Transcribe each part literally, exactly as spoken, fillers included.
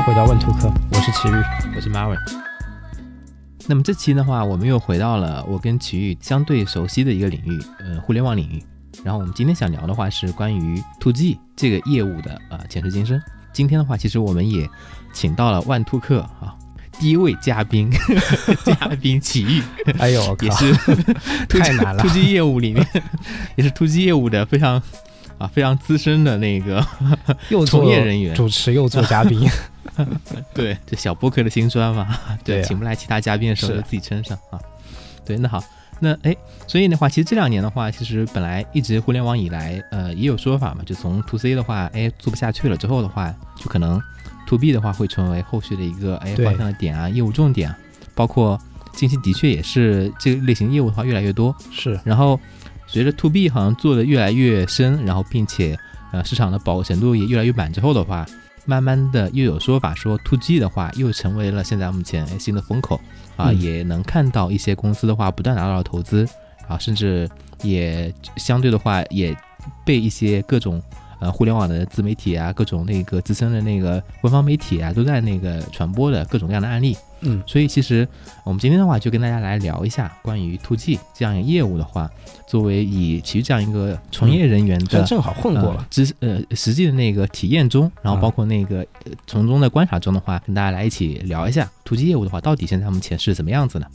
迎回到万兔课，我是奇遇， 我是 Marvin。那么这期的话，我们又回到了我跟奇遇相对熟悉的一个领域，呃，互联网领域。然后我们今天想聊的话是关于 to G 这个业务的呃前世今生。今天的话，其实我们也请到了万兔课啊第一位嘉宾，嘉宾奇遇， 哎呦， 也是太难了 to G 业务里面，也是 to G 业务的非常啊非常资深的那个又从业人员， 主持又做嘉宾。 对，这小播客的辛酸嘛，对， 对啊、 请不来其他嘉宾的时候就自己撑上啊。对，那好，那哎，所以的话，其实这两年的话，其实本来一直互联网以来，呃，也有说法嘛，就从 to C 的话，哎，做不下去了之后的话，就可能 to B 的话会成为后续的一个哎方向的点啊，业务重点啊，包括近期的确也是这个类型业务的话越来越多， 是， 然后随着 to B 好像做的越来越深，然后并且呃市场的饱和程度也越来越满之后的话。慢慢的又有说法说 to G 的话又成为了现在目前新的风口啊、嗯，也能看到一些公司的话不断拿到了投资啊，甚至也相对的话也被一些各种呃互联网的自媒体啊，各种那个资深的那个官方媒体啊都在那个传播的各种各样的案例。 嗯， 所以其实我们今天的话就跟大家来聊一下关于 to G 这样一个业务的话，作为以其实这样一个从业人员的、 嗯、正好混过了， 呃, 呃实际的那个体验中，然后包括那个、呃、从中的观察中的话，跟大家来一起聊一下 to G 业务的话，到底现在目前是怎么样子呢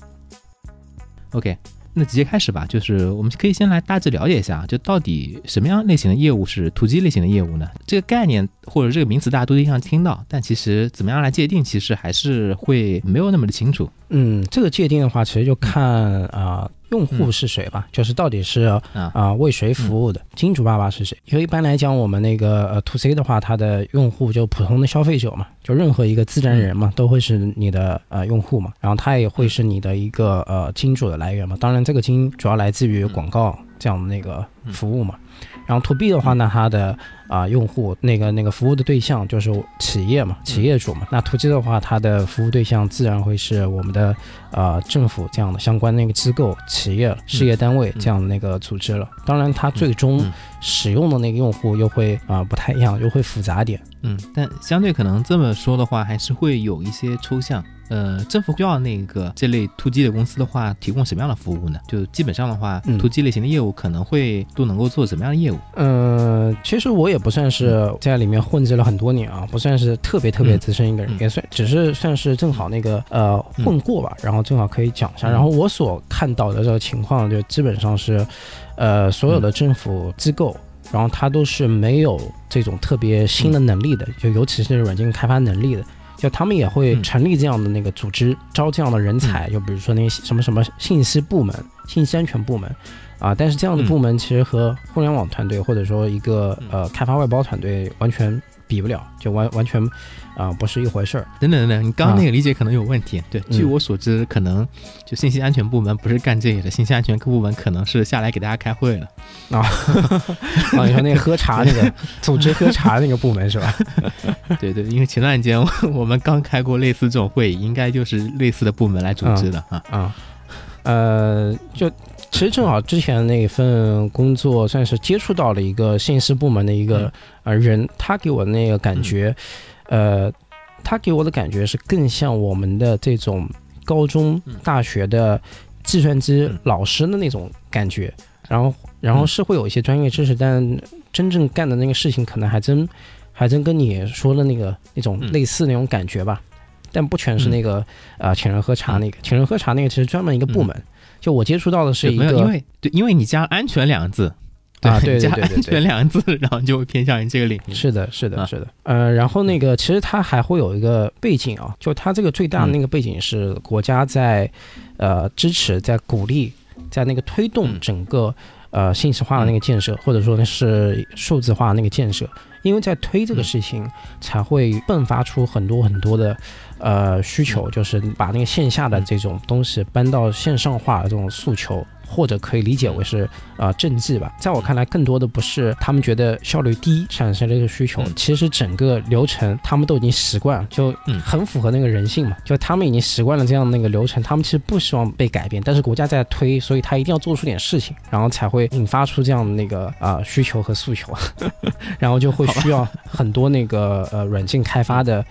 ？OK。那直接开始吧，就是我们可以先来大致了解一下，就到底什么样类型的业务是 to G 类型的业务呢？这个概念或者这个名词大家都经常听到，但其实怎么样来界定，其实还是会没有那么的清楚。 嗯，这个界定的话，其实就看啊、呃、用户是谁吧、嗯，就是到底是啊、呃、为谁服务的、嗯，金主爸爸是谁？因为一般来讲，我们那个呃 to C 的话，它的用户就普通的消费者嘛，就任何一个自然人嘛，嗯、都会是你的呃用户嘛，然后它也会是你的一个呃金主的来源嘛。当然，这个金主要来自于广告这样的那个服务嘛。然后 to B 的话呢，它的啊、呃、用户那个那个服务的对象就是企业嘛，企业主嘛。那 to G 的话，它的服务对象自然会是我们的呃政府这样的相关那个机构、企业、事业单位这样的那个组织了。当然，它最终使用的那个用户又会啊、呃、不太一样，又会复杂点。 嗯，但相对可能这么说的话，还是会有一些抽象。呃，政府需要那个这类 to G 的公司的话，提供什么样的服务呢？就基本上的话、嗯、to G 类型的业务可能会都能够做什么样的业务？ 呃，其实我也不算是在里面混迹了很多年啊，不算是特别特别资深一个人，嗯、也算只是算是正好那个呃混过吧，然后正好可以讲一下。嗯、然后我所看到的这个情况，就基本上是，呃，所有的政府机构。嗯然后它都是没有这种特别新的能力的，就尤其是软件开发能力的，就他们也会成立这样的那个组织，招这样的人才，就比如说那个什么什么信息部门、信息安全部门啊，但是这样的部门其实和互联网团队或者说一个呃开发外包团队完全比不了，就完完全啊、呃、不是一回事儿。 等等等等，你刚刚那个理解可能有问题。啊、对，据我所知、嗯，可能就信息安全部门不是干这个的，信息安全部门可能是下来给大家开会了。 啊，啊，你说那个喝茶那个组织喝茶那个部门是吧？ 对对，因为前段时间我们刚开过类似这种会议，应该就是类似的部门来组织的啊、 嗯、啊。呃，就其实正好之前那份工作算是接触到了一个信息部门的一个、嗯、呃人，他给我那个感觉，嗯、呃，他给我的感觉是更像我们的这种高中、大学的计算机老师的那种感觉，然后然后是会有一些专业知识，但真正干的那个事情可能还真还真跟你说的那个那种类似那种感觉吧。但不全是那个啊，请、呃、人喝茶那个，请人喝茶那个其实专门一个部门，嗯、就我接触到的是一个， 因为对，因为你加安全两个字，对啊，对对对对， 加安全两个字，然后就会偏向于这个领域。 是的，是的，是的，呃，然后那个其实它还会有一个背景啊，就它这个最大的那个背景是国家在呃支持、在鼓励、在那个推动整个呃信息化的那个建设，或者说那是数字化的那个建设。因为在推这个事情，才会迸发出很多很多的呃需求，就是把那个线下的这种东西搬到线上化的这种诉求，或者可以理解为是呃政绩吧。在我看来，更多的不是他们觉得效率低产生这个需求，其实整个流程他们都已经习惯，就很符合那个人性嘛。就他们已经习惯了这样那个流程，他们其实不希望被改变，但是国家在推，所以他一定要做出点事情，然后才会引发出这样的那个啊、呃、需求和诉求，然后就会需要很多那个呃软件开发的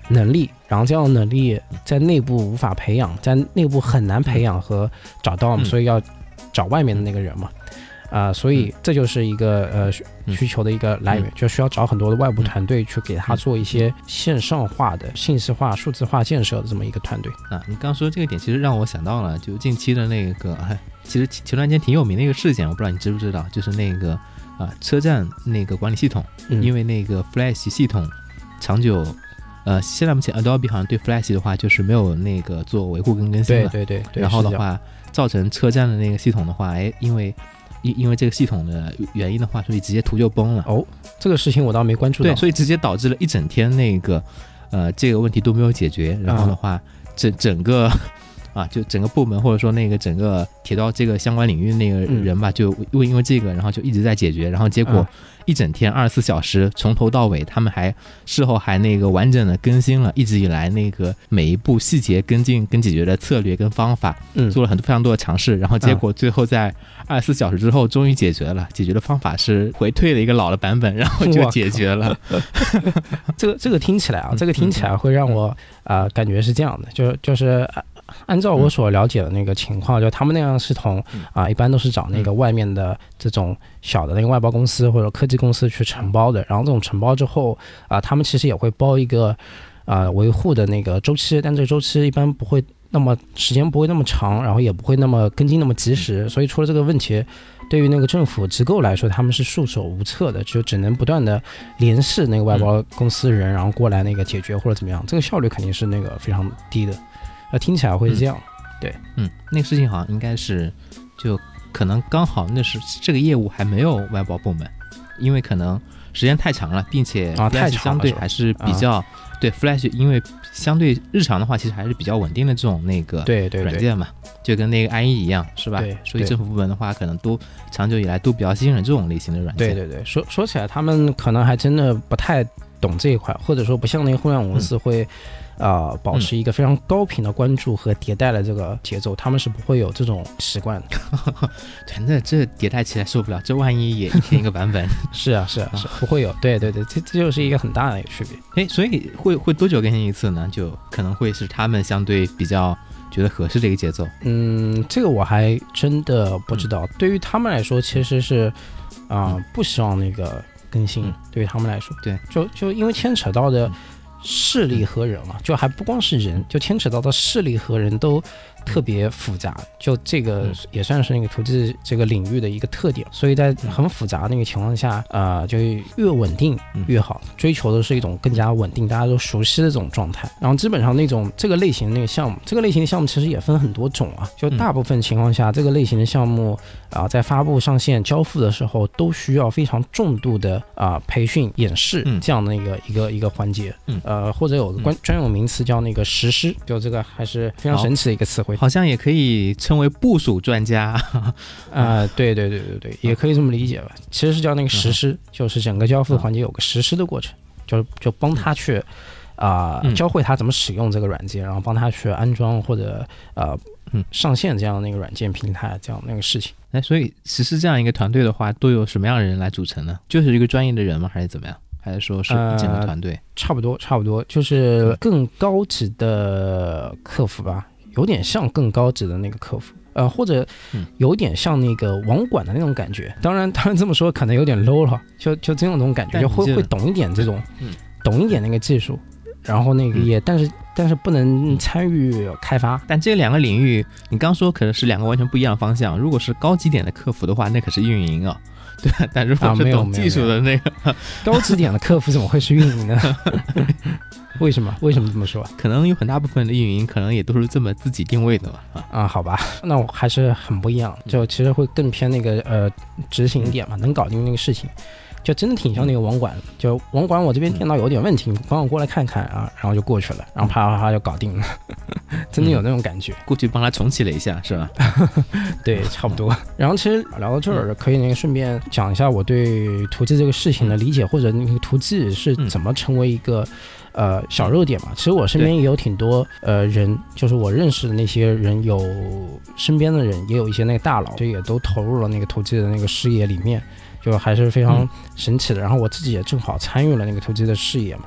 能力，然后这样的能力在内部无法培养，在内部很难培养和找到， 嗯、 所以要找外面的那个人嘛。啊、呃，所以这就是一个呃需求的一个来源，嗯、就需要找很多的外部团队去给他做一些线上化的、信息化、数字化建设的这么一个团队。 啊，你刚刚说这个点，其实让我想到了，就近期的那个，其实前段时间挺有名的一个事件，我不知道你知不知道，就是那个啊车站那个管理系统，嗯、因为那个 Flash 系统长久。呃，现在目前 Adobe 好像对 Flash 的话就是没有那个做维护跟更新了， 对对 对, 对。 然后的话，造成车站的那个系统的话，哎，因为因因为这个系统的原因的话，所以直接图就崩了。 哦，这个事情我倒没关注到。 对，所以直接导致了一整天那个呃这个问题都没有解决，然后的话，啊、整整个啊就整个部门或者说那个整个铁道这个相关领域那个人吧，嗯、就因为因为这个，然后就一直在解决，然后结果。嗯一整天二十四小时从头到尾，他们还事后还那个完整的更新了一直以来那个每一步细节跟进跟解决的策略跟方法，嗯，做了很多非常多的尝试，然后结果最后在二十四小时之后终于解决了，解决的方法是回退了一个老的版本，然后就解决了。 这个这个听起来啊，这个听起来会让我啊、呃、感觉是这样的，就就是。按照我所了解的那个情况，嗯、就他们那样的系统啊、呃，一般都是找那个外面的这种小的那个外包公司或者科技公司去承包的。然后这种承包之后啊、呃，他们其实也会包一个啊、呃、维护的那个周期，但这个周期一般不会那么时间不会那么长，然后也不会那么跟进那么及时。所以出了这个问题，对于那个政府机构来说，他们是束手无策的，就只能不断的联系那个外包公司人，然后过来那个解决或者怎么样。这个效率肯定是那个非常低的。呃，听起来会是这样，嗯、对， 嗯，那个事情好像应该是，就可能刚好那是这个业务还没有外包部门，因为可能时间太长了，并且啊，太相对还是比较、啊、对 Flash， 因为相对日常的话，其实还是比较稳定的这种那个软件嘛，对对对就跟那个 I E 一样，是吧？ 对， 所以政府部门的话，可能都长久以来都比较信任这种类型的软件。 对对对，说说起来，他们可能还真的不太懂这一块，或者说不像那个互联网公司会。嗯呃，保持一个非常高频的关注和迭代的这个节奏，嗯、他们是不会有这种习惯的。 对，那这迭代起来受不了，这万一也一天一个版本， 是啊，是啊，是不会有。对对对，这这就是一个很大的一个区别。 哎，所以会会多久更新一次呢？就可能会是他们相对比较觉得合适的一个节奏。 嗯，这个我还真的不知道。嗯、对于他们来说，其实是啊、呃嗯，不希望那个更新。嗯、对于他们来说， 对， 就就因为牵扯到的。嗯势力和人嘛，就还不光是人，就牵扯到的势力和人都特别复杂，就这个也算是那个图纸这个领域的一个特点。所以在很复杂的那个情况下，呃，就越稳定越好，追求的是一种更加稳定、大家都熟悉的这种状态。然后基本上那种这个类型的那个项目，这个类型的项目其实也分很多种啊。就大部分情况下，这个类型的项目啊、呃，在发布、上线、交付的时候，都需要非常重度的啊、呃、培训、演示这样的一个一个一个环节。嗯。呃，或者有个专专有名词叫那个实施，就这个还是非常神奇的一个词汇， 好像也可以称为部署专家。 啊、呃，对对对对对，也可以这么理解吧。其实是叫那个实施，嗯、就是整个交付环节有个实施的过程，就就帮他去啊、呃嗯、教会他怎么使用这个软件，然后帮他去安装或者呃嗯上线这样的那个软件平台这样那个事情。 哎，所以实施这样一个团队的话，都有什么样的人来组成呢？就是一个专业的人吗？还是怎么样？还是说是整个团队、呃？差不多，差不多，就是更高级的客服吧，有点像更高级的那个客服，呃，或者有点像那个网管的那种感觉。当然，当然这么说可能有点 low 了，就就这种那种感觉，就会会懂一点这种，嗯、懂一点那个技术，然后那个也，嗯、但是但是不能参与开发。 但这两个领域，你刚说可能是两个完全不一样的方向。如果是高级点的客服的话，那可是运营啊。对，但如果是懂技术的那个、 啊、高级点的客服怎么会是运营呢？为什么？为什么这么说？ 可能有很大部分的运营可能也都是这么自己定位的嘛。 啊, 啊，好吧，那我还是很不一样，就其实会更偏那个呃执行一点嘛，能搞定那个事情。就真的挺像那个网管，就网管我这边电脑有点问题，帮我过来看看啊，然后就过去了，然后啪啪啪就搞定了，真的有那种感觉。 嗯、过去帮他重启了一下，是吧？ 对，差不多。然后其实聊到这儿，可以那个顺便讲一下我对图记这个事情的理解，或者那个图记是怎么成为一个。呃，小热点嘛，其实我身边也有挺多呃人，就是我认识的那些人，有身边的人也有一些那个大佬，就也都投入了那个图记的那个事业里面，就还是非常神奇的。然后我自己也正好参与了那个图记的事业嘛，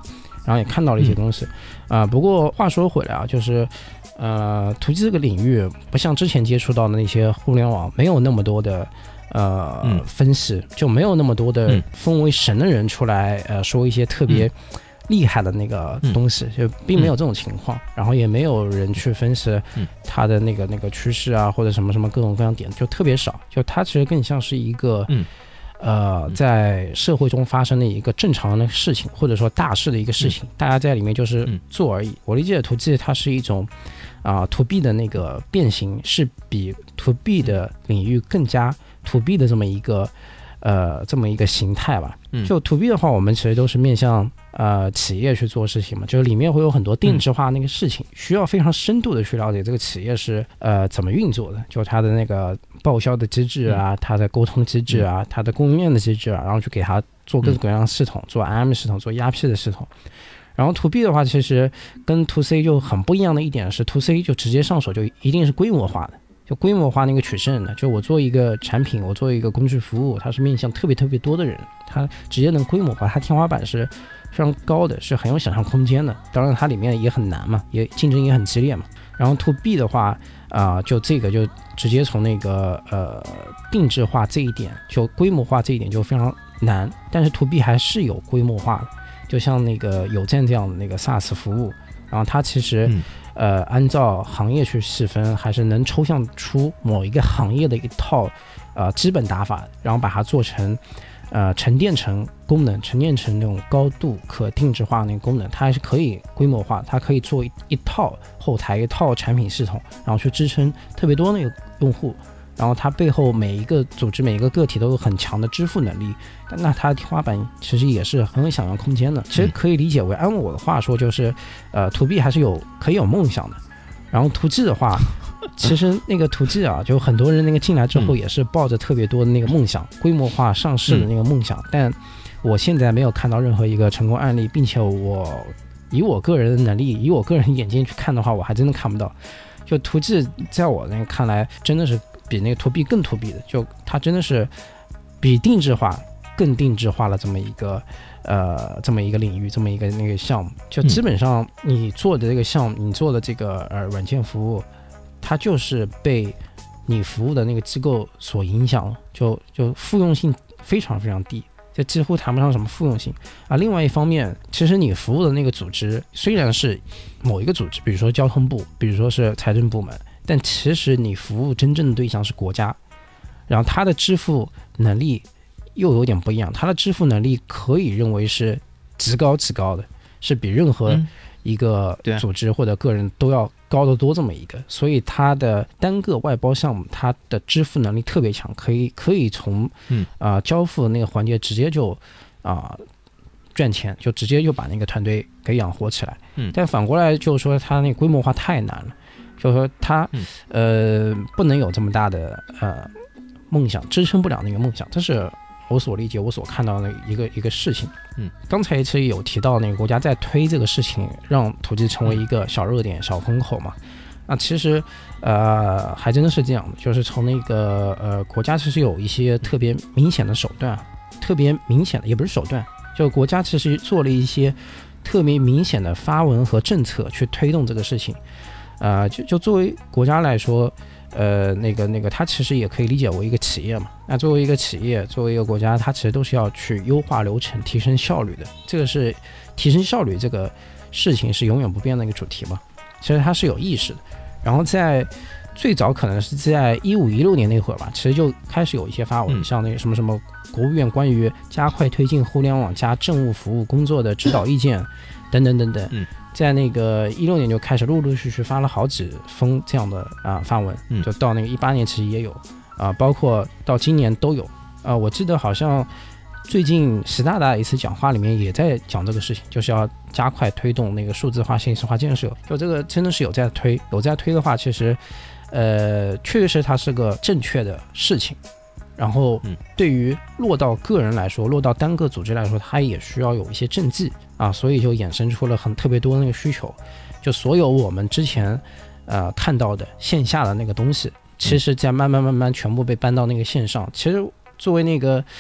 然后也看到了一些东西啊、呃。不过话说回来啊，就是呃图基这个领域不像之前接触到的那些互联网，没有那么多的呃、嗯、分析，就没有那么多的封为神的人出来呃说一些特别厉害的那个东西，就并没有这种情况，然后也没有人去分析它的那个那个趋势啊，或者什么什么各种各样点，就特别少。就它其实更像是一个，呃，在社会中发生的一个正常的事情，或者说大事的一个事情，大家在里面就是做而已。我理解图基它是一种啊 to B 的那个变形，是比 to B 的领域更加 to B 的这么一个呃这么一个形态吧。就 to B 的话，我们其实都是面向呃企业去做事情嘛，就是里面会有很多定制化那个事情，需要非常深度的去了解这个企业是呃怎么运作的，就它的那个报销的机制啊，它的沟通机制啊，它的供应链的机制啊，然后去给它做各种各样的系统，做 I M 系统，做 E R P 的系统。然后 to B 的话，其实跟 to C 就很不一样的一点是 to C 就直接上手就一定是规模化的。就规模化那个取胜的，就我做一个产品，我做一个工具服务，它是面向特别特别多的人，它直接能规模化，它天花板是非常高的，是很有想象空间的。当然它里面也很难嘛，也竞争也很激烈嘛。然后 to B 的话啊、呃，就这个就直接从那个呃定制化这一点，就规模化这一点就非常难，但是 to B 还是有规模化的，就像那个有赞这样的那个 SaaS 服务，然后它其实、嗯呃，按照行业去细分，还是能抽象出某一个行业的一套呃基本打法，然后把它做成呃沉淀成功能，沉淀成那种高度可定制化那个功能，它还是可以规模化，它可以做 一, 一套后台一套产品系统，然后去支撑特别多那个用户，然后它背后每一个组织每一个个体都有很强的支付能力，那它的天花板其实也是很有想象空间的。其实可以理解为，按我的话说就是，呃 to B 还是有可以有梦想的。然后 to G 的话，其实那个 to G 啊，就很多人那个进来之后也是抱着特别多的那个梦想，规模化上市的那个梦想，但我现在没有看到任何一个成功案例，并且我以我个人的能力，以我个人眼睛去看的话，我还真的看不到。就 to G 在我那看来真的是比那个 to B 更 to B 的，就它真的是比定制化更定制化了这么一个呃这么一个领域，这么一个那个项目，就基本上你做的这个项目，你做的这个呃软件服务，它就是被你服务的那个机构所影响，就就复用性非常非常低，就几乎谈不上什么复用性啊。另外一方面，其实你服务的那个组织虽然是某一个组织，比如说交通部，比如说是财政部门，但其实你服务真正的对象是国家，然后它的支付能力又有点不一样，它的支付能力可以认为是极高极高的，是比任何一个组织或者个人都要高得多这么一个，所以它的单个外包项目，它的支付能力特别强，可以可以从啊、呃、交付的那个环节直接就啊、呃、赚钱，就直接就把那个团队给养活起来。但反过来就是说，它那个规模化太难了，就是说它呃不能有这么大的呃梦想，支撑不了那个梦想，这是我所理解我所看到的一个一个事情。嗯，刚才其实有提到那个国家在推这个事情，让土地成为一个小热点、小风口嘛。那其实呃还真的是这样的，就是从那个呃国家其实有一些特别明显的手段，特别明显的也不是手段，就国家其实做了一些特别明显的发文和政策去推动这个事情。呃就就作为国家来说，呃，那个那个，它其实也可以理解为一个企业嘛。那作为一个企业，作为一个国家，它其实都是要去优化流程、提升效率的。这个是提升效率这个事情是永远不变的一个主题嘛。其实它是有意识的。然后在最早可能是在一五一六年那会儿吧，其实就开始有一些发文，像那个什么什么国务院关于加快推进互联网加政务服务工作的指导意见等等等等。嗯。在那个一六年就开始陆陆续续发了好几封这样的啊发文，就到那个一八年其实也有啊，包括到今年都有啊。我记得好像最近习大大一次讲话里面也在讲这个事情，就是要加快推动那个数字化、信息化建设。就这个真的是有在推，有在推的话，其实呃确实它是个正确的事情。然后对于落到个人来说，落到单个组织来说，它也需要有一些政绩啊，所以就衍生出了很特别多的那个需求。就所有我们之前呃看到的线下的那个东西，其实在慢慢慢慢全部被搬到那个线上。其实作为那个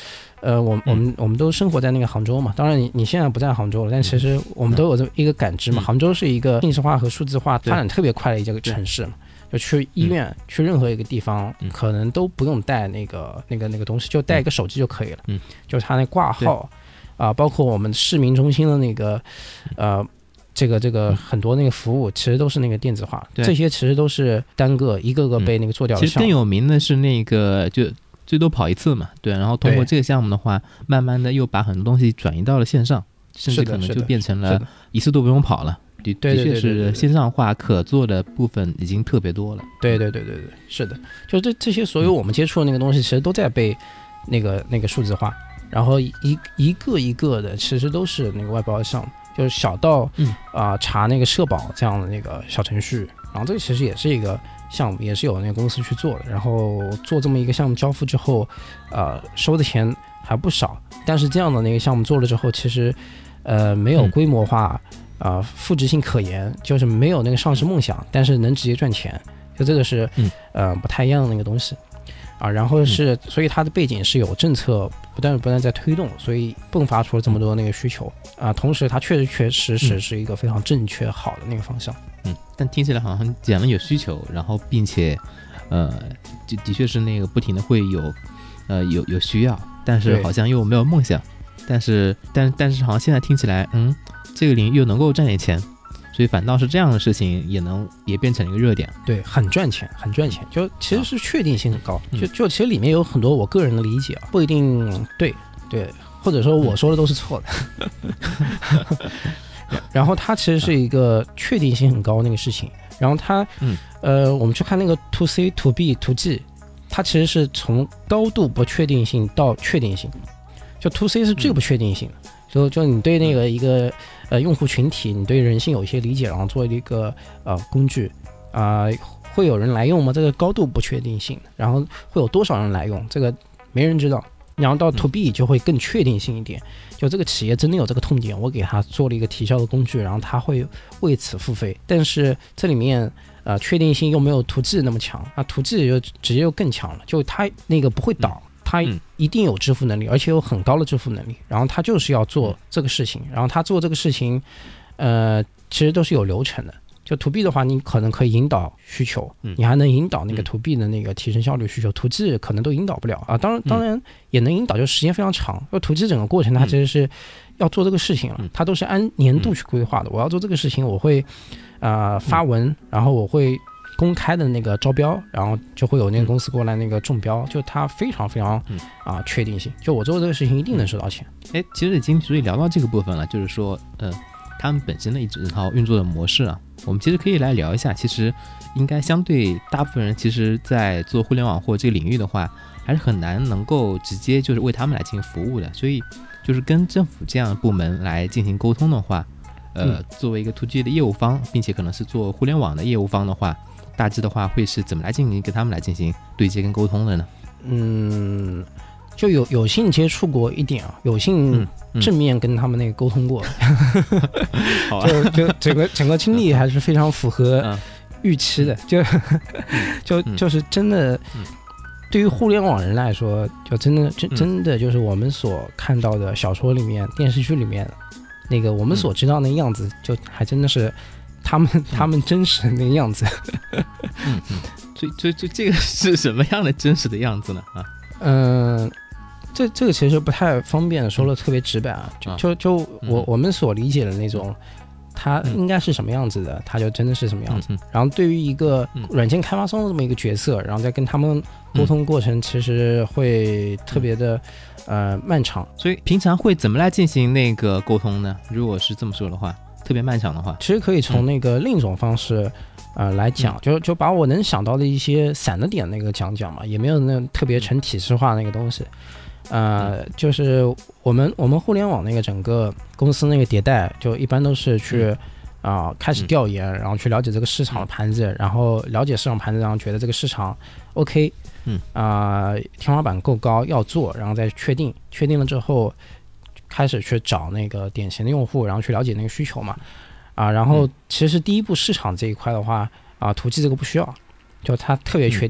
呃，我我们我们都生活在那个杭州嘛，当然你你现在不在杭州了，但其实我们都有这么一个感知嘛。杭州是一个信息化和数字化发展特别快的一个城市嘛，就去医院、嗯、去任何一个地方、嗯、可能都不用带那个那个那个东西，就带一个手机就可以了。嗯，就是它那挂号啊、呃，包括我们市民中心的那个呃这个这个很多那个服务其实都是那个电子化，这些其实都是单个一个个被那个做掉的项目、嗯、 其实更有名的是那个就最多跑一次嘛，对，然后通过这个项目的话，慢慢的又把很多东西转移到了线上，甚至可能就变成了一次都不用跑了。的的确是线上化可做的部分已经特别多了。 对对对对对，是的，就这这些所有我们接触的那个东西，其实都在被那个那个数字化，然后一一个一个的，其实都是那个外包的项目，就是小到啊、嗯呃、查那个社保这样的那个小程序，然后这个其实也是一个项目，也是有那个公司去做的，然后做这么一个项目交付之后，呃，收的钱还不少，但是这样的那个项目做了之后，其实呃没有规模化，啊、呃，复制性可言，就是没有那个上市梦想，但是能直接赚钱，就这个是呃不太一样的那个东西啊。然后是，所以它的背景是有政策不断不断在推动，所以迸发出了这么多那个需求啊。同时，它确实确实实是一个非常正确好的那个方向。 嗯，但听起来好像讲了有需求，然后并且，呃，的的确是那个不停的会有，呃，有有需要，但是好像又没有梦想，但是但但是好像现在听起来，嗯，这个领域又能够赚点钱，所以反倒是这样的事情也能也变成了一个热点。 对，很赚钱，很赚钱，就其实是确定性很高，嗯、就就其实里面有很多我个人的理解啊，不一定对对，或者说我说的都是错的。嗯然后它其实是一个确定性很高的那个事情，然后它，嗯，呃，我们去看那个 to C to B to G， 它其实是从高度不确定性到确定性，就 to C 是最不确定性的，就就你对那个一个呃用户群体，你对人性有一些理解，然后做一个呃工具啊、呃，会有人来用吗？这个高度不确定性，然后会有多少人来用，这个没人知道。然后到 to B 就会更确定性一点，就这个企业真的有这个痛点，我给他做了一个提效的工具，然后他会为此付费。但是这里面呃确定性又没有 to G 那么强，那 to G 就直接又更强了，就他那个不会倒，他一定有支付能力，而且有很高的支付能力，然后他就是要做这个事情，然后他做这个事情呃其实都是有流程的。就 to B 的话，你可能可以引导需求，你还能引导那个 to B 的那个提升效率需求， to G 可能都引导不了啊。当然，当然也能引导，就时间非常长。就 to G 整个过程，它其实是要做这个事情了，它都是按年度去规划的。我要做这个事情，我会啊、呃、发文，然后我会公开的那个招标，然后就会有那个公司过来那个中标，就它非常非常啊、呃、确定性。就我做这个事情一定能收到钱。 哎，其实已经所以聊到这个部分了，就是说，呃。他们本身的一整套运作的模式啊，我们其实可以来聊一下。其实应该相对大部分人，其实在做互联网或这个领域的话，还是很难能够直接就是为他们来进行服务的。所以就是跟政府这样的部门来进行沟通的话，呃，嗯、作为一个 to G 的业务方，并且可能是做互联网的业务方的话，大致的话会是怎么来进行跟他们来进行对接跟沟通的呢？ 嗯。就有有幸接触过一点啊，有幸正面跟他们那个沟通过，嗯嗯、就就整个整个经历还是非常符合预期的，就就就是真的，对于互联网人来说，就真的真真的就是我们所看到的小说里面、电视剧里面那个我们所知道那个样子，就还真的是他们他们真实的那个样子。 嗯嗯，所以所以这个是什么样的真实的样子呢？啊， 嗯。这这个其实不太方便说的特别直白啊，就就就我、嗯、我们所理解的那种，它应该是什么样子的，它就真的是什么样子。嗯、然后对于一个软件开发商的这么一个角色，然后再跟他们沟通过程，其实会特别的、嗯、呃漫长。 所以平常会怎么来进行那个沟通呢？如果是这么说的话，特别漫长的话， 其实可以从那个另一种方式。呃，来讲，就就把我能想到的一些散的点那个讲讲嘛，也没有那特别成体制化那个东西。呃，就是我们我们互联网那个整个公司那个迭代，就一般都是去啊、呃、开始调研，然后去了解这个市场的盘子，然后了解市场盘子，然后觉得这个市场 OK， 嗯啊、呃、天花板够高要做，然后再确定，确定了之后开始去找那个典型的用户，然后去了解那个需求嘛。啊，然后其实第一步市场这一块的话，啊，to G这个不需要，就它特别确定，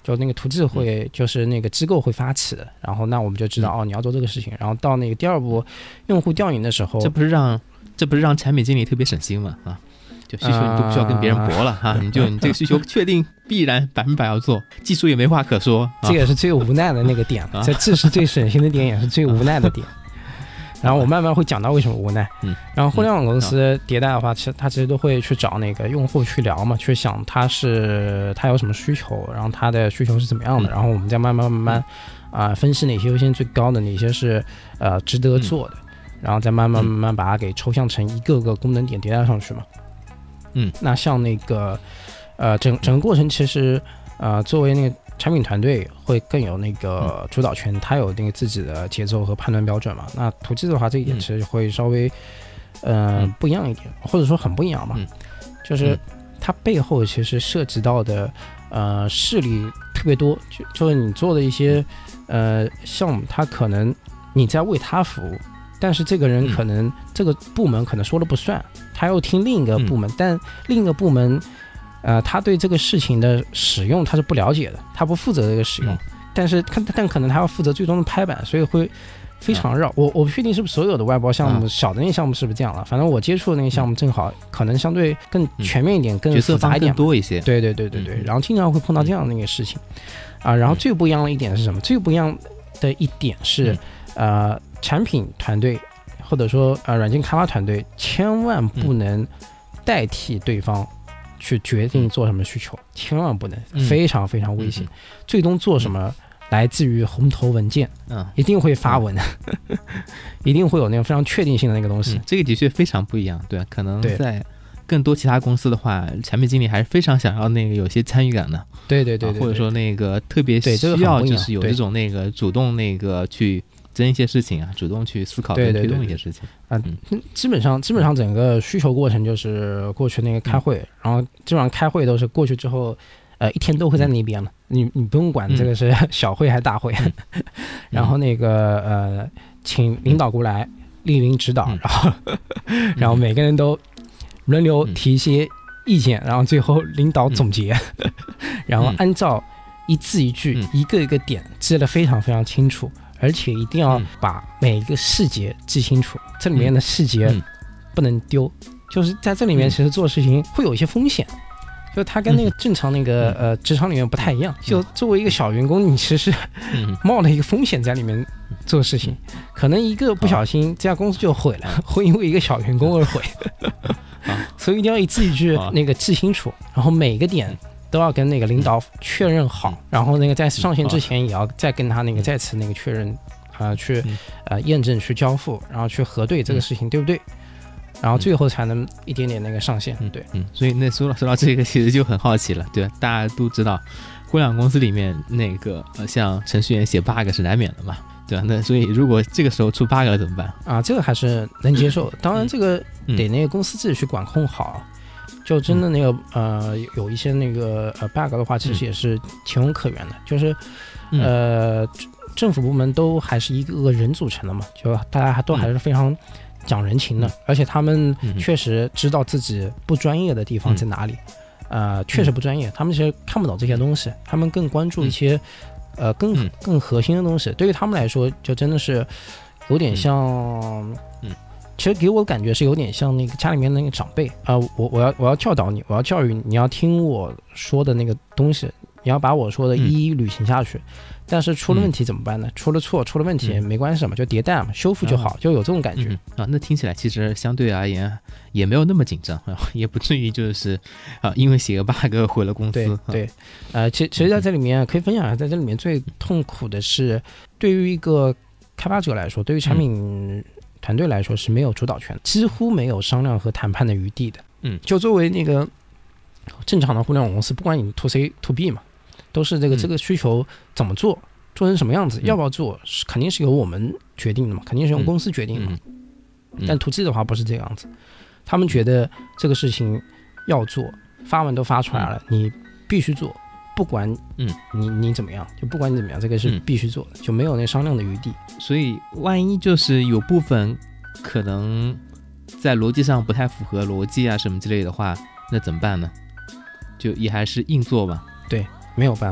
就那个图字会就是那个机构会发起的，然后那我们就知道、嗯、哦你要做这个事情，然后到那个第二步用户调研的时候， 这不是让这不是让产品经理特别省心吗？啊，就需求你都不需要跟别人驳了哈、呃啊，你就你这个需求确定必然百分百要做，技术也没话可说，啊、 这也是最无奈的那个点，这这是最省心的点，也是最无奈的点。然后我慢慢会讲到为什么无奈。嗯，然后互联网公司迭代的话，其实他其实都会去找那个用户去聊嘛，去想他是他有什么需求，然后他的需求是怎么样的，然后我们再慢慢慢慢啊、呃、分析哪些优先最高的，哪些是呃值得做的，然后再慢慢慢慢把它给抽象成一个个功能点迭代上去嘛。嗯，那像那个呃整整个过程其实呃作为那个产品团队会更有那个主导权，他有那个自己的节奏和判断标准嘛。那图记的话，这一点其实会稍微呃、嗯、不一样一点，或者说很不一样嘛。嗯、就是它背后其实涉及到的呃势力特别多，就就是你做的一些呃项目，它可能你在为他服务，但是这个人可能、嗯、这个部门可能说了不算，他又听另一个部门，嗯、但另一个部门。呃，他对这个事情的使用他是不了解的，他不负责这个使用，嗯、但是但但可能他要负责最终的拍板，所以会非常绕。嗯、我我不确定是不是所有的外包项目、嗯、小的那个项目是不是这样了，反正我接触的那个项目正好、嗯、可能相对更全面一点，嗯、更复杂一点， 多一些。 对对对对对，嗯、然后经常会碰到这样的那个事情，啊、呃，然后最不一样的一点是什么？最不一样的一点是，嗯、呃，产品团队或者说呃软件开发团队千万不能代替对方。去决定做什么需求，千万不能，嗯、非常非常危险。嗯、最终做什么，嗯、来自于红头文件，嗯，一定会发文，嗯、一定会有那个非常确定性的那个东西。 嗯、这个的确非常不一样，对，可能在更多其他公司的话，产品经理还是非常想要那个有些参与感的， 对对 对, 对, 对， 或者说那个特别需要就是有这种那个主动那个去。争一些事情啊，主动去思考跟推动一些事情啊、嗯，基本上基本上整个需求过程就是过去那个开会，嗯、然后基本上开会都是过去之后，呃，一天都会在那边了，嗯、你你不用管这个是小会还是大会，嗯、然后那个呃，请领导过来莅临指导，嗯、然后、嗯、然后每个人都轮流提一些意见，然后最后领导总结，嗯、然后按照一字一句、嗯、一个一个点记得非常非常清楚。而且一定要把每一个细节记清楚，嗯、这里面的细节不能丢。嗯、就是在这里面，其实做事情会有一些风险，嗯、就它跟那个正常那个、嗯、呃职场里面不太一样。嗯、就作为一个小员工，你其实冒了一个风险在里面做事情，嗯、可能一个不小心，这家公司就毁了，会因为一个小员工而毁。所以一定要一字一句那个记清楚，然后每个点。都要跟那个领导确认好，嗯、然后那个在上线之前也要再跟他那个再次那个确认，啊、呃，去呃验证、去交付，然后去核对这个事情对不对，然后最后才能一点点那个上线。 嗯、 对， 嗯，所以那说到说到这个，其实就很好奇了，对吧？大家都知道，互联网公司里面那个呃，像程序员写 bug 是难免的嘛，对吧？那所以如果这个时候出 bug 了怎么办？ 啊，这个还是能接受的，当然这个得那个公司自己去管控好。就真的那个、嗯、呃有一些那个呃 bug 的话，其实也是情有可原的，嗯、就是呃政府部门都还是一个个人组成的嘛，就大家都还是非常讲人情的，嗯、而且他们确实知道自己不专业的地方在哪里，嗯、呃确实不专业，他们其实看不懂这些东西，他们更关注一些、嗯、呃更更核心的东西，对于他们来说就真的是有点像嗯。其实给我感觉是有点像那个家里面那个长辈啊、呃，我我要我要教导你，我要教育你，你要听我说的那个东西，你要把我说的一一履行下去。嗯、但是出了问题怎么办呢？嗯、出了错，出了问题、嗯、没关系嘛，就迭代嘛，修复就好，嗯、就有这种感觉、 嗯、啊。那听起来其实相对而言也没有那么紧张，也不至于就是啊，因为写个 bug 毁了公司。 对对，呃，其其实在这里面可以分享一下，在这里面最痛苦的是，对于一个开发者来说，对于产品、嗯。团队来说是没有主导权，几乎没有商量和谈判的余地的。嗯，就作为那个正常的互联网公司，不管你 to C to B 嘛，都是这个、嗯、这个需求怎么做，做成什么样子，嗯、要不要做，肯定是由我们决定的嘛，肯定是由公司决定的嘛。嗯嗯、但 to C 的话不是这个样子，他们觉得这个事情要做，发文都发出来了，嗯、你必须做。不管嗯你你怎么样，就不管你怎么样，这个是必须做的，嗯、就没有那商量的余地。 所以万一就是有部分可能在逻辑上不太符合逻辑啊什么之类的话，那怎么办呢？就也还是硬做吧。 对，没有办法。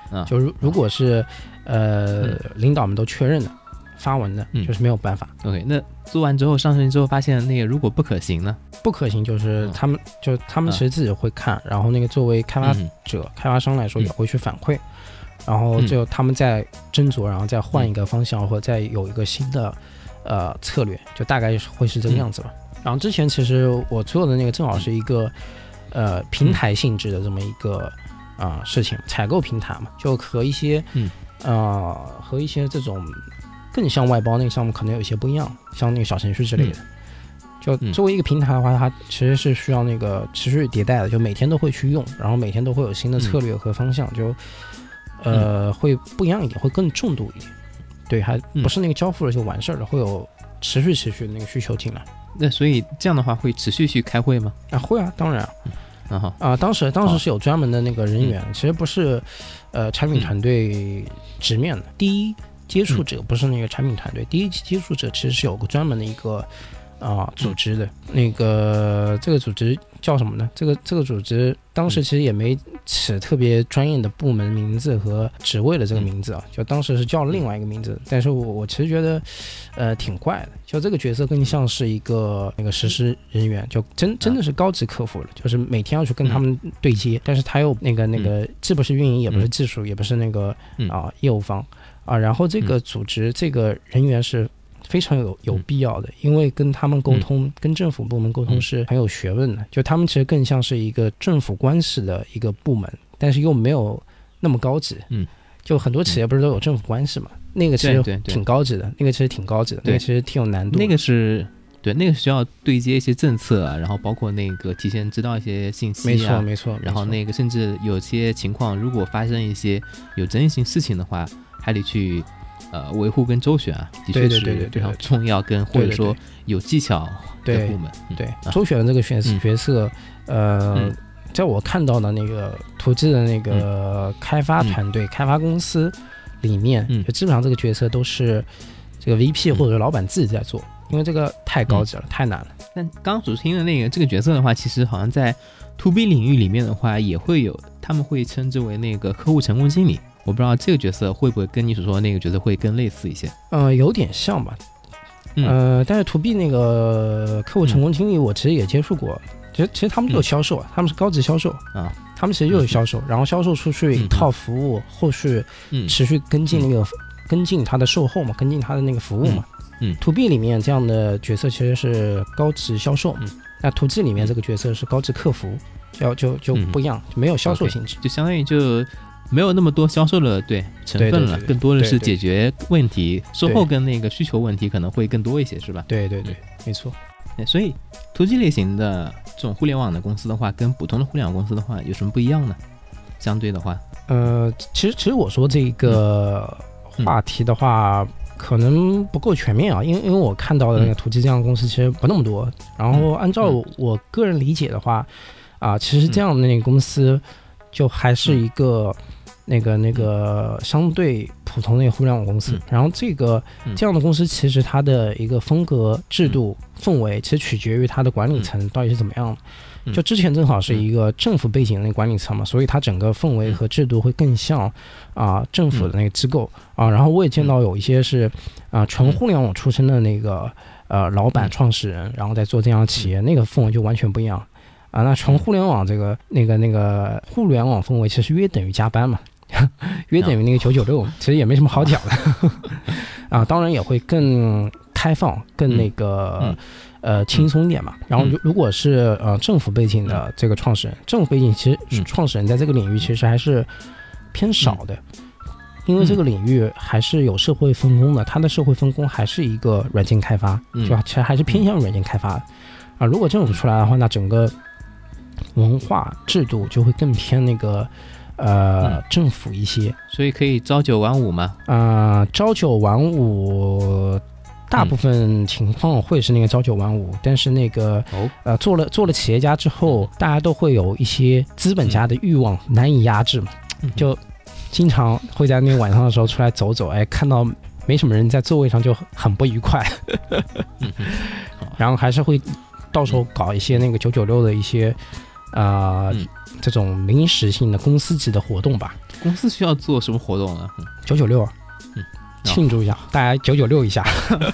啊， 就如如果是呃、 嗯、 领导们都确认的发文的， 嗯、 就是没有办法。 OK， 那做完之后上线之后发现那个如果不可行呢？ 不可行就是他们、嗯、就他们其实自己会看，嗯、然后那个作为开发者、嗯、开发商来说也会去反馈。嗯然后就他们再斟酌，然后再换一个方向，嗯、或者再有一个新的呃策略，就大概会是这个样子吧。嗯、然后之前其实我做的那个正好是一个呃平台性质的这么一个啊、呃、事情，采购平台嘛，就和一些嗯呃和一些这种更像外包那个项目可能有一些不一样，像那个小程序之类的。嗯、就作为一个平台的话，它其实是需要那个持续迭代的，就每天都会去用，然后每天都会有新的策略和方向，就。呃，会不一样一点，会更重度一点，对，还不是那个交付了就完事儿了，会有持续持续的那个需求进来。 那所以这样的话会持续去开会吗？ 啊，会啊，当然啊。 啊好啊，当时当时是有专门的那个人员，其实不是呃产品团队直面的，第一接触者不是那个产品团队，第一接触者其实是有个专门的一个啊组织的，那个这个组织叫什么呢？这个这个组织当时其实也没起特别专业的部门名字和职位的这个名字啊，就当时是叫另外一个名字，但是我我其实觉得，呃，挺怪的。就这个角色更像是一个那个实施人员，就真真的是高级客服了，就是每天要去跟他们对接，但是他又那个那个既不是运营，也不是技术，也不是那个啊业务方啊，然后这个组织这个人员是。非常有有必要的，因为跟他们沟通、嗯、跟政府部门沟通是很有学问的，就他们其实更像是一个政府官式的一个部门，但是又没有那么高级。嗯，就很多企业不是都有政府官式嘛？嗯、那个其实挺高级的，那个其实挺高级的，那个其实挺有难度的。 那个是对，那个需要对接一些政策啊，然后包括那个提前知道一些信息啊， 没错没错。 然后那个甚至有些情况，如果发生一些有争议性事情的话，还得去。呃，维护跟周旋啊，的确是非常重要，跟或者说有技巧的部门。 对，对对周旋的这个角色，角色呃、嗯，在我看到的那个图智的那个开发团队、嗯、开发公司里面，嗯、就基本上这个角色都是这个 V P 或者老板自己在做，嗯、因为这个太高级了，嗯、太难了。 但刚刚所听的那个这个角色的话，其实好像在 to B 领域里面的话，也会有，他们会称之为那个客户成功经理。我不知道这个角色会不会跟你所说的那个角色会更类似一些？ 呃，有点像吧。呃，但是 to B 那个客户成功经理，我其实也接触过。嗯、其实其实他们就是销售啊，嗯、他们是高级销售啊，他们其实就是销售，嗯、然后销售出去一套服务，嗯、后续持续跟进那个、嗯、跟进他的售后嘛，跟进他的那个服务嘛。嗯 ，to B 里面这样的角色其实是高级销售，嗯、那 to G 里面这个角色是高级客服，就就就不一样，就没有销售性质， okay, 就相当于就。没有那么多销售的对成分了， 对对对对更多的是解决问题，售后跟那个需求问题可能会更多一些，是吧？ 对对对，嗯、没错。 所以 to G 类型的这种互联网的公司的话，跟普通的互联网公司的话有什么不一样呢？相对的话， 呃，其实其实我说这个话题的话，嗯、可能不够全面啊，因为因为我看到的那个 to G 这样的公司其实不那么多。然后按照我个人理解的话，啊、呃，其实这样的那个公司就还是一个。那个那个相对普通的互联网公司，嗯、然后这个这样的公司其实它的一个风格、制度、嗯、氛围，其实取决于它的管理层到底是怎么样的。嗯、就之前正好是一个政府背景的那个管理层嘛，所以它整个氛围和制度会更像啊、呃、政府的那个机构啊。然后我也见到有一些是啊、呃、纯互联网出身的那个呃老板、创始人，然后在做这样的企业，那个氛围就完全不一样啊。那纯互联网这个那个那个互联网氛围，其实约等于加班嘛。约等于那个九九六，其实也没什么好讲的啊，当然也会更开放、更那个、嗯、呃轻松一点嘛。然后如如果是呃政府背景的这个创始人，政府背景其实创始人在这个领域其实还是偏少的，因为这个领域还是有社会分工的，它的社会分工还是一个软件开发，就其实还是偏向软件开发的啊。如果政府出来的话，那整个文化制度就会更偏那个。呃、嗯，政府一些， 所以可以朝九晚五吗？ 啊、呃，朝九晚五，大部分情况会是那个朝九晚五，嗯、但是那个、哦、呃，做了做了企业家之后，嗯、大家都会有一些资本家的欲望、嗯、难以压制嘛，嗯、就经常会在那个晚上的时候出来走走，哎，看到没什么人在座位上就很不愉快，嗯、然后还是会到时候搞一些那个九九六的一些啊。呃嗯这种临时性的公司级的活动吧， 公司需要做什么活动呢？ 九九六，嗯，庆祝一下，哦、大家九九六一下。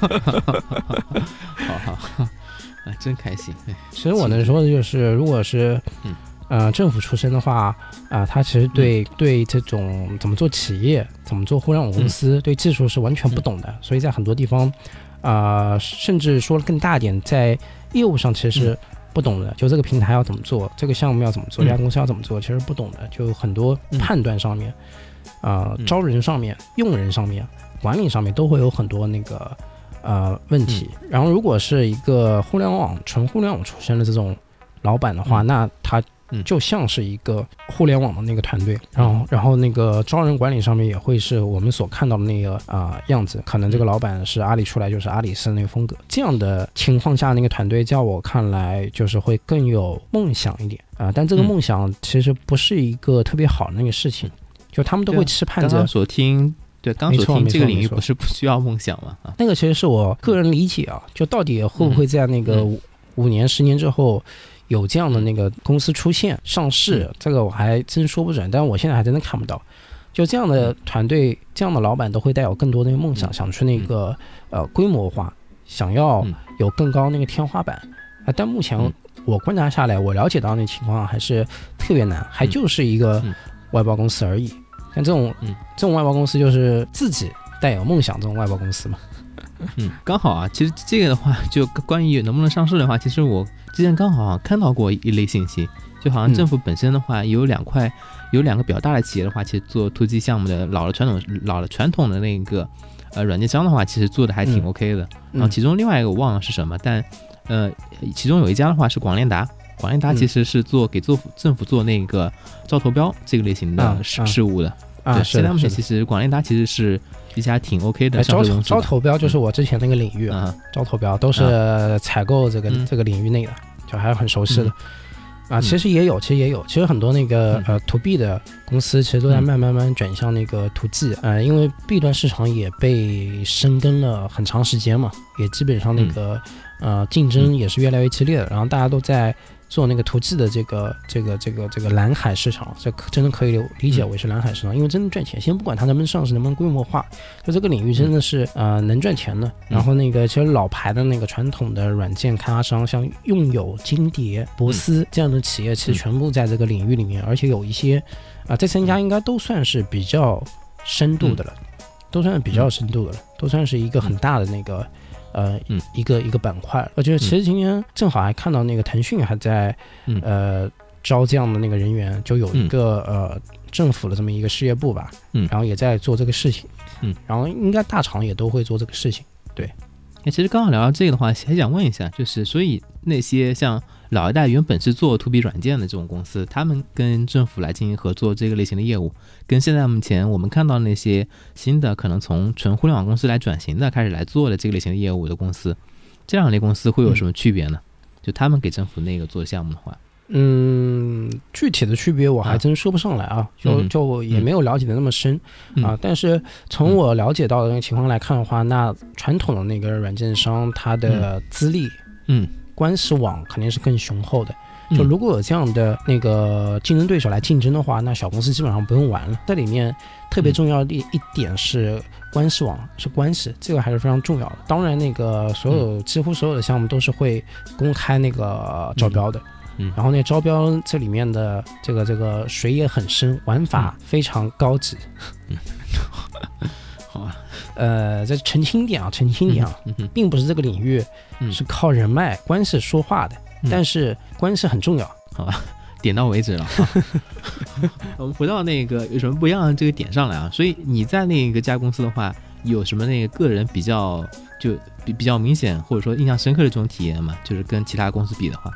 好好，啊，真开心。 其实我能说的就是，如果是，嗯。呃，政府出身的话，啊、呃，他其实对、嗯、对这种怎么做企业、怎么做互联网公司、嗯、对技术是完全不懂的，嗯、所以在很多地方，啊、呃，甚至说的更大一点，在业务上其实是不懂的。嗯、就这个平台要怎么做，这个项目要怎么做，这家公司要怎么做，其实不懂的。就很多判断上面，啊、呃，招人上面、用人上面、管理上面都会有很多那个呃问题。嗯、然后，如果是一个互联网纯互联网出身的这种老板的话，嗯、那他就像是一个互联网的那个团队，然后然后那个招人管理上面也会是我们所看到的那个啊、呃、样子，可能这个老板是阿里出来就是阿里式那个风格，这样的情况下那个团队在我看来就是会更有梦想一点啊、呃，但这个梦想其实不是一个特别好的那个事情，就他们都会期盼着。 刚刚所听对，刚所听这个领域不是不需要梦想吗？啊， 那个其实是我个人理解啊，就到底会不会在那个五、嗯、五年十年之后。有这样的那个公司出现上市，这个我还真说不准，但是我现在还真的看不到。就这样的团队、这样的老板都会带有更多的梦想，想去那个呃规模化，想要有更高那个天花板啊。但目前我观察下来，我了解到那情况还是特别难，还就是一个外包公司而已。但这种这种外包公司就是自己带有梦想这种外包公司嘛。 嗯，刚好啊，其实这个的话，就关于能不能上市的话，其实我之前刚好看到过一类信息，就好像政府本身的话，有两块，有两个比较大的企业的话，其实做 to G 项目的老的传统老的传统的那个呃软件商的话，其实做的还挺 OK 的。嗯、然后其中另外一个我忘了是什么，但呃，其中有一家的话是广联达，广联达其实是做、嗯、给做政府做那个招投标这个类型的事、啊、事务的。 啊， 现在目前其实广联达其实是一家挺 OK 的上市公司。 招投标就是我之前那个领域啊，嗯、招投标都是采购这个、嗯、这个领域内的，就还是很熟悉的。嗯、啊，其实也有，其实也有，其实很多那个、嗯、呃 to B 的公司其实都在慢慢慢转向那个 to G，呃，因为 B 端市场也被深耕了很长时间嘛，也基本上那个、嗯、呃竞争也是越来越激烈的，然后大家都在。做那个to G的这个这个这个这个蓝海市场，这真的可以理解为是蓝海市场，因为真的赚钱。先不管它能不能上市，能不能规模化，就这个领域真的是呃能赚钱的。然后那个其实老牌的那个传统的软件开发商，像用友、金蝶、博思这样的企业，其实全部在这个领域里面，而且有一些啊、呃，这三家应该都算是比较深度的了，都算是比较深度的了，都算是一个很大的那个。呃，嗯、一个一个板块，我觉得其实今天正好还看到那个腾讯还在、嗯、呃招这样的那个人员，就有一个、嗯、呃政府的这么一个事业部吧，嗯，然后也在做这个事情，嗯，然后应该大厂也都会做这个事情，对。 其实刚好聊到这个的话，还想问一下，就是所以那些像老一代原本是做 to B 软件的这种公司，他们跟政府来进行合作这个类型的业务，跟现在目前我们看到那些新的可能从纯互联网公司来转型的开始来做的这个类型的业务的公司，这两类公司会有什么区别呢？嗯、就他们给政府那个做项目的话。 嗯，具体的区别我还真说不上来啊，啊就就也没有了解的那么深、嗯、啊。但是从我了解到的那个情况来看的话，嗯、那传统的那个软件商，它的资历、嗯，关系网肯定是更雄厚的。就如果有这样的那个竞争对手来竞争的话，那小公司基本上不用玩了。这里面特别重要的一点是关系网，是关系，这个还是非常重要的。当然，那个所有几乎所有的项目都是会公开那个招标的。嗯，然后那招标这里面的这个这个水也很深，玩法非常高级。嗯，好啊，呃，这澄清点啊，澄清点啊，嗯嗯、并不是这个领域是靠人脉关系说话的，嗯、但是关系很重要， 好吧？点到为止了。我们回到那个有什么不一样的这个点上来啊？所以你在那个家公司的话，有什么那个个人比较就比比较明显或者说印象深刻的这种体验吗？就是跟其他公司比的话。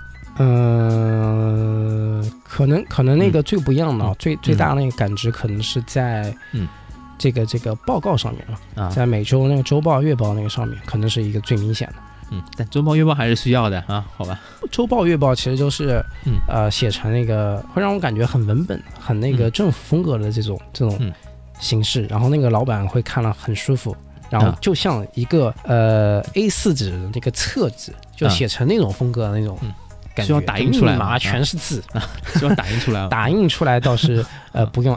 嗯、呃，可能可能那个最不一样的、嗯、最最大的那个感知可能是在这个、嗯、这个报告上面了、啊，在每周那个周报月报那个上面可能是一个最明显的。 嗯，但周报月报还是需要的啊，好吧？ 周报月报其实就是，嗯、呃，写成那个会让我感觉很文本、很那个政府风格的这种、嗯、这种形式，然后那个老板会看了很舒服。然后就像一个、呃 A 四 纸的那个册子，就写成那种风格的那种。嗯，感觉需要打印出来嘛，全是字啊，需要打印出来。 打印出来倒是呃不用，哎，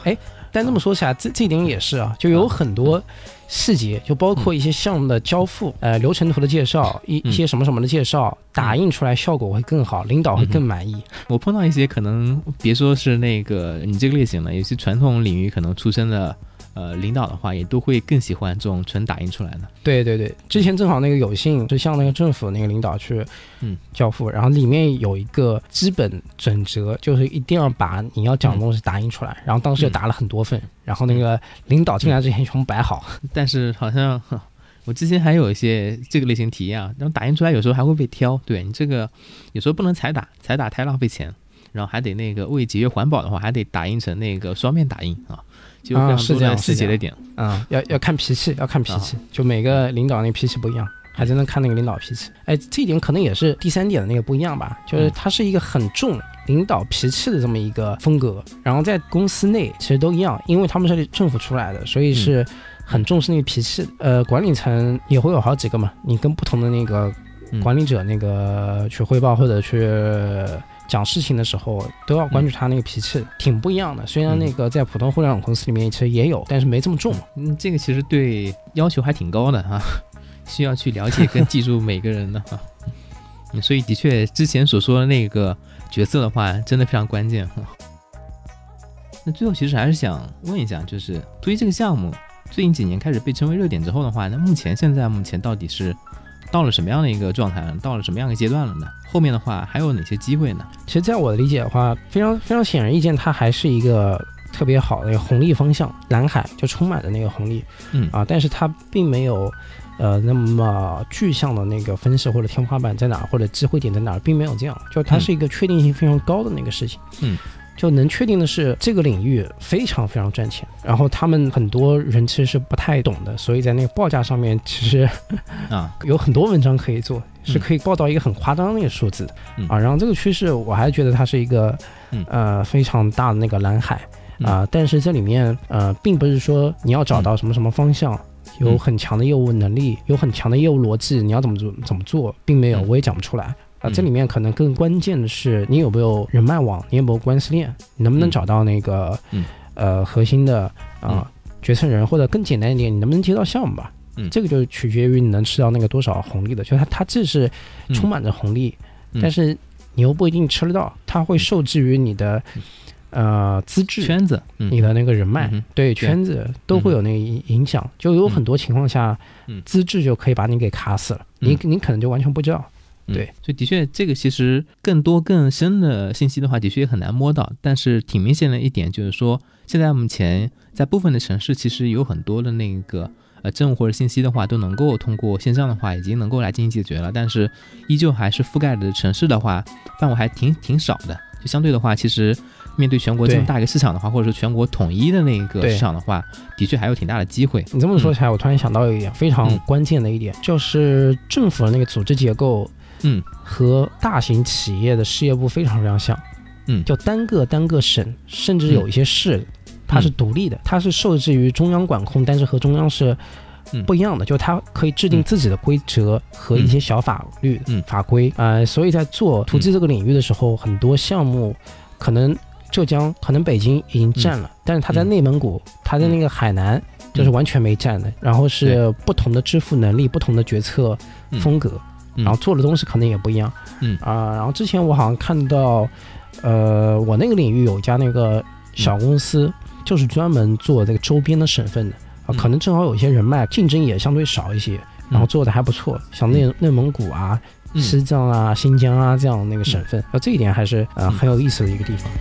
但这么说起来，这这一点也是啊，就有很多细节，就包括一些项目的交付，呃，流程图的介绍，一一些什么什么的介绍，打印出来效果会更好，领导会更满意。 我碰到一些可能别说是那个你这个类型的，有些传统领域可能出身的。呃，领导的话也都会更喜欢这种纯打印出来的。对对对，之前正好那个有幸是向那个政府那个领导去交付，嗯、然后里面有一个基本准则，就是一定要把你要讲的东西打印出来。嗯、然后当时就打了很多份，嗯、然后那个领导进来之前全部摆好。 但是好像我之前还有一些这个类型体验啊，然后打印出来有时候还会被挑，对你这个有时候不能彩打，彩打太浪费钱，然后还得那个为节约环保的话，还得打印成那个双面打印啊。就非常多的细节的点啊、嗯，要要看脾气，要看脾气，就每个领导那脾气不一样，还真的看那个领导脾气。哎，这一点可能也是第三点的那个不一样吧，就是它是一个很重领导脾气的这么一个风格，然后在公司内其实都一样，因为他们是政府出来的，所以是很重视那个脾气。呃，管理层也会有好几个嘛，你跟不同的那个管理者那个去汇报或者去讲事情的时候都要关注他那个脾气、嗯、挺不一样的。虽然那个在普通互联网公司里面其实也有，但是没这么重。 嗯，这个其实对要求还挺高的啊，需要去了解跟记住每个人的啊。嗯，所以的确之前所说的那个角色的话真的非常关键。那最后其实还是想问一下，就是推这个项目最近几年开始被称为热点之后的话，那目前现在目前到底是到了什么样的一个状态了？到了什么样的阶段了呢？后面的话还有哪些机会呢？ 其实在我的理解的话，非常非常显而易见，它还是一个特别好的一个红利方向，蓝海就充满着那个红利，嗯啊，但是它并没有呃那么具象的那个分析或者天花板在哪或者机会点在哪，并没有这样，就它是一个确定性非常高的那个事情，嗯。就能确定的是这个领域非常非常赚钱，然后他们很多人其实是不太懂的，所以在那个报价上面其实啊有很多文章可以做，是可以报到一个很夸张的那个数字的、嗯、啊。然后这个趋势我还觉得它是一个呃非常大的那个蓝海啊、呃，但是这里面呃并不是说你要找到什么什么方向，有很强的业务能力，有很强的业务逻辑，你要怎么做怎么做，并没有，我也讲不出来。啊，这里面可能更关键的是你有没有人脉网，你有没有关系链，你能不能找到那个、嗯、呃核心的啊、呃、决策人，或者更简单一点，你能不能接到项目吧？嗯，这个就取决于你能吃到那个多少红利的，就它它这是充满着红利、嗯，但是你又不一定吃得到，它会受制于你的、嗯、呃资质圈子、嗯， 你的那个人脉，嗯、对圈子都会有那个影响，就有很多情况下，嗯、资质就可以把你给卡死了，嗯、你你可能就完全不知道。对、嗯， 所以的确，这个其实更多更深的信息的话，的确也很难摸到。但是挺明显的一点就是说，现在目前在部分的城市，其实有很多的那个呃政务或者信息的话，都能够通过线上的话，已经能够来进行解决了。但是依旧还是覆盖的城市的话，范围还挺挺少的。就相对的话，其实面对全国这么大一个市场的话，或者说全国统一的那个市场的话，的确还有挺大的机会。 你这么说起来、嗯，我突然想到一点非常关键的一点，嗯、就是政府的那个组织结构。嗯，和大型企业的事业部非常非常像，嗯，就单个单个省，甚至有一些市、嗯、它是独立的，它是受制于中央管控，但是和中央是不一样的，嗯、就它可以制定自己的规则和一些小法律、嗯、法规，呃，所以在做图记这个领域的时候，很多项目可能浙江、可能北京已经占了，嗯、但是它在内蒙古、嗯、它在那个海南就是完全没占的，然后是不同的支付能力、不同的决策风格。嗯然后做的东西可能也不一样，嗯啊、呃，然后之前我好像看到，呃，我那个领域有一家那个小公司，嗯、就是专门做这个周边的省份的啊、呃嗯，可能正好有些人脉，竞争也相对少一些，然后做的还不错，嗯、像内内蒙古啊、嗯、西藏啊、新疆啊这样那个省份，啊、嗯，这一点还是呃很有意思的一个地方。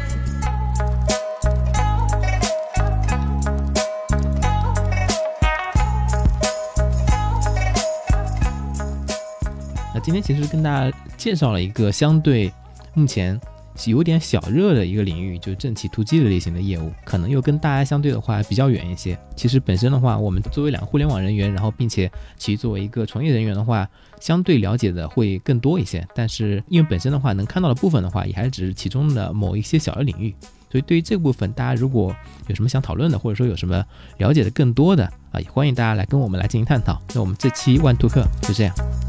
今天其实跟大家介绍了一个相对目前有点小热的一个领域，就是政企突击的类型的业务，可能又跟大家相对的话比较远一些。其实本身的话，我们作为两个互联网人员，然后并且其作为一个从业人员的话，相对了解的会更多一些。但是因为本身的话，能看到的部分的话，也还只是其中的某一些小的领域。所以对于这个部分，大家如果有什么想讨论的，或者说有什么了解的更多的啊，也欢迎大家来跟我们来进行探讨。那我们这期万图课就这样。